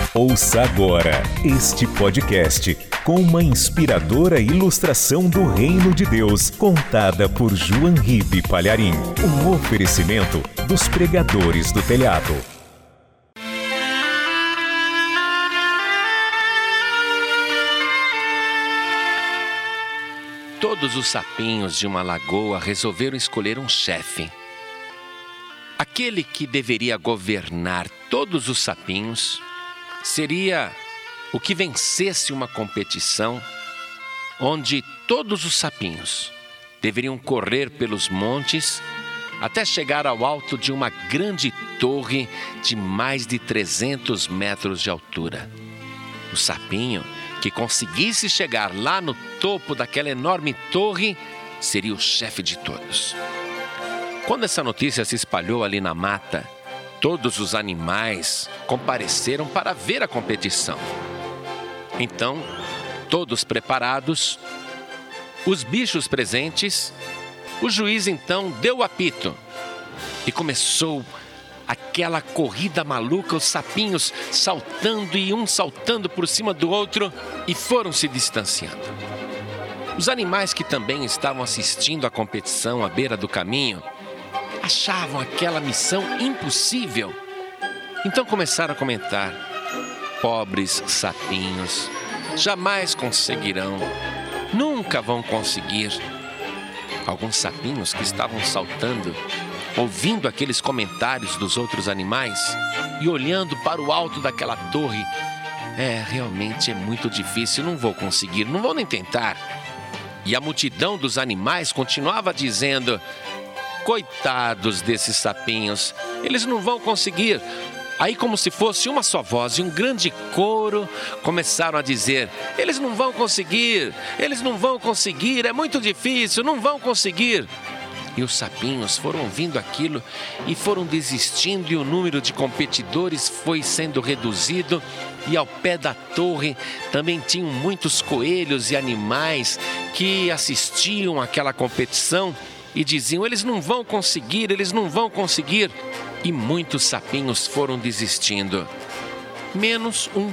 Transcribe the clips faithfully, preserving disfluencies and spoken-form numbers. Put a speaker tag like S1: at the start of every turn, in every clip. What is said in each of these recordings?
S1: Ouça agora este podcast com uma inspiradora ilustração do Reino de Deus, contada por João Ribe Palharim. Um oferecimento dos Pregadores do Telhado.
S2: Todos os sapinhos de uma lagoa resolveram escolher um chefe. Aquele que deveria governar todos os sapinhos seria o que vencesse uma competição onde todos os sapinhos deveriam correr pelos montes até chegar ao alto de uma grande torre de mais de trezentos metros de altura. O sapinho que conseguisse chegar lá no topo daquela enorme torre seria o chefe de todos. Quando essa notícia se espalhou ali na mata, todos os animais compareceram para ver a competição. Então, todos preparados, os bichos presentes, o juiz então deu o apito e começou aquela corrida maluca, os sapinhos saltando e um saltando por cima do outro e foram se distanciando. Os animais que também estavam assistindo à competição à beira do caminho achavam aquela missão impossível. Então começaram a comentar: pobres sapinhos, jamais conseguirão, nunca vão conseguir. Alguns sapinhos que estavam saltando, ouvindo aqueles comentários dos outros animais e olhando para o alto daquela torre, é, realmente é muito difícil, não vou conseguir, não vou nem tentar. E a multidão dos animais continuava dizendo: coitados desses sapinhos, eles não vão conseguir. Aí, como se fosse uma só voz e um grande coro, começaram a dizer: eles não vão conseguir, eles não vão conseguir, é muito difícil, não vão conseguir. E os sapinhos foram ouvindo aquilo e foram desistindo, e o número de competidores foi sendo reduzido. E ao pé da torre também tinham muitos coelhos e animais que assistiam àquela competição e diziam: eles não vão conseguir, eles não vão conseguir. E muitos sapinhos foram desistindo, menos um.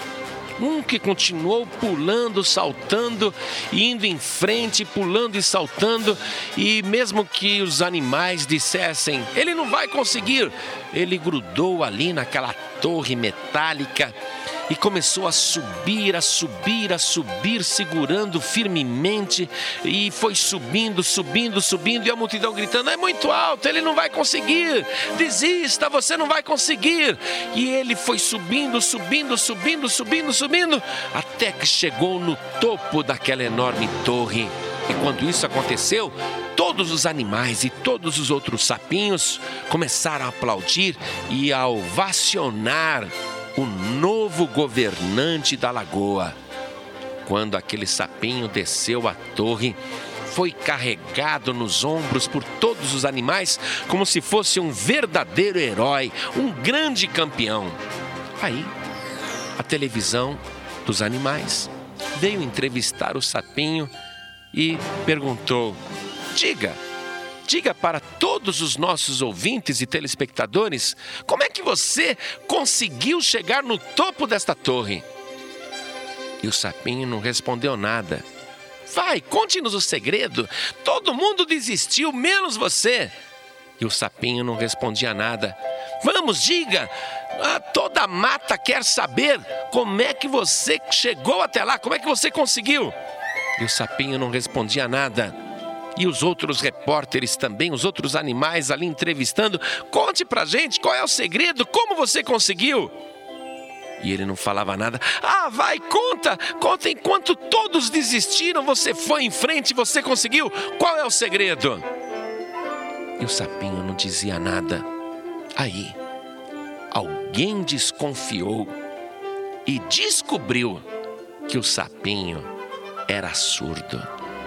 S2: Um que continuou pulando, saltando, indo em frente, pulando e saltando. E mesmo que os animais dissessem: ele não vai conseguir, ele grudou ali naquela torre metálica e começou a subir, a subir, a subir, segurando firmemente. E foi subindo, subindo, subindo. E a multidão gritando: é muito alto, ele não vai conseguir, desista, você não vai conseguir. E ele foi subindo, subindo, subindo, subindo, subindo, até que chegou no topo daquela enorme torre. E quando isso aconteceu, todos os animais e todos os outros sapinhos começaram a aplaudir e a ovacionar o novo governante da lagoa. Quando aquele sapinho desceu a torre, foi carregado nos ombros por todos os animais como se fosse um verdadeiro herói, um grande campeão. Aí, a televisão dos animais veio entrevistar o sapinho e perguntou: diga, diga para todos os nossos ouvintes e telespectadores, como é que você conseguiu chegar no topo desta torre? E o sapinho não respondeu nada. Vai, conte-nos o segredo. Todo mundo desistiu, menos você. E o sapinho não respondia nada. Vamos, diga. Ah, toda a mata quer saber como é que você chegou até lá, como é que você conseguiu? E o sapinho não respondia nada. E os outros repórteres também, os outros animais ali entrevistando: conte pra gente qual é o segredo, como você conseguiu? E ele não falava nada. Ah, vai, conta, conta, enquanto todos desistiram, você foi em frente, você conseguiu, qual é o segredo? E o sapinho não dizia nada. Aí, alguém desconfiou e descobriu que o sapinho era surdo.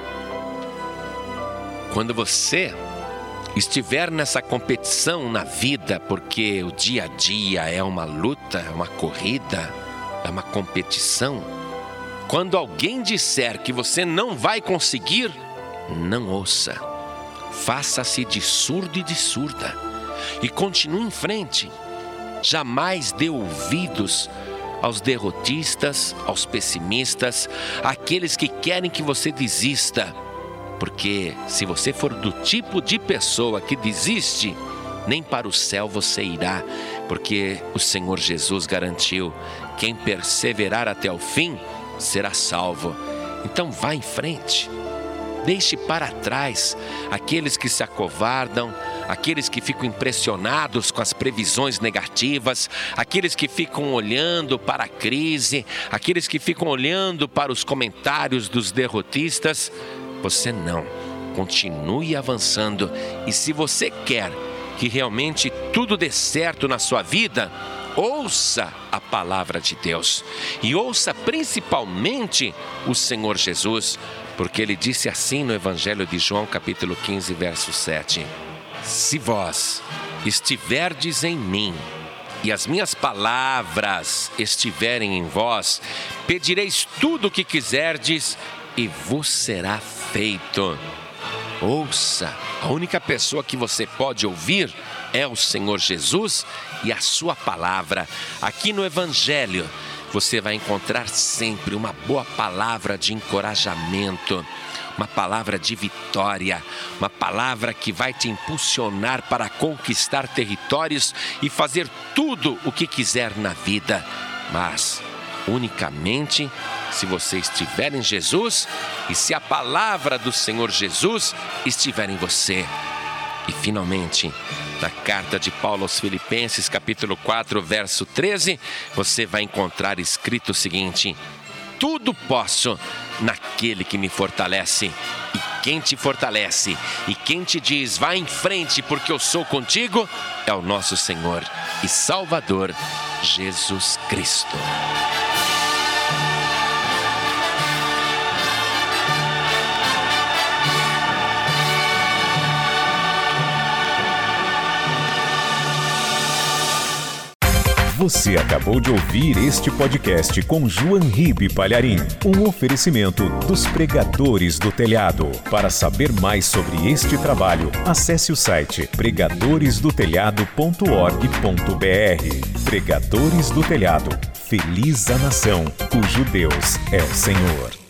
S2: Quando você estiver nessa competição na vida, porque o dia a dia é uma luta, é uma corrida, é uma competição, quando alguém disser que você não vai conseguir, não ouça. Faça-se de surdo e de surda e continue em frente. Jamais dê ouvidos aos derrotistas, aos pessimistas, àqueles que querem que você desista. Porque se você for do tipo de pessoa que desiste, nem para o céu você irá, porque o Senhor Jesus garantiu: quem perseverar até o fim será salvo. Então vá em frente, deixe para trás aqueles que se acovardam, aqueles que ficam impressionados com as previsões negativas, aqueles que ficam olhando para a crise, aqueles que ficam olhando para os comentários dos derrotistas. Você não, continue avançando, e se você quer que realmente tudo dê certo na sua vida, ouça a palavra de Deus e ouça principalmente o Senhor Jesus, porque Ele disse assim no Evangelho de João, capítulo quinze, verso sete: se vós estiverdes em mim e as minhas palavras estiverem em vós, pedireis tudo o que quiserdes e vos será feito. Ouça, a única pessoa que você pode ouvir é o Senhor Jesus e a sua palavra. Aqui no Evangelho você vai encontrar sempre uma boa palavra de encorajamento, uma palavra de vitória, uma palavra que vai te impulsionar para conquistar territórios e fazer tudo o que quiser na vida. Mas unicamente se você estiver em Jesus e se a palavra do Senhor Jesus estiver em você. E finalmente, na carta de Paulo aos Filipenses, capítulo quatro, verso treze, você vai encontrar escrito o seguinte: tudo posso naquele que me fortalece. E quem te fortalece e quem te diz: vá em frente porque eu sou contigo, é o nosso Senhor e Salvador Jesus Cristo.
S1: Você acabou de ouvir este podcast com João Ribe Palharim, um oferecimento dos Pregadores do Telhado. Para saber mais sobre este trabalho, acesse o site pregadores do telhado ponto org ponto br. Pregadores do Telhado, feliz a nação cujo Deus é o Senhor.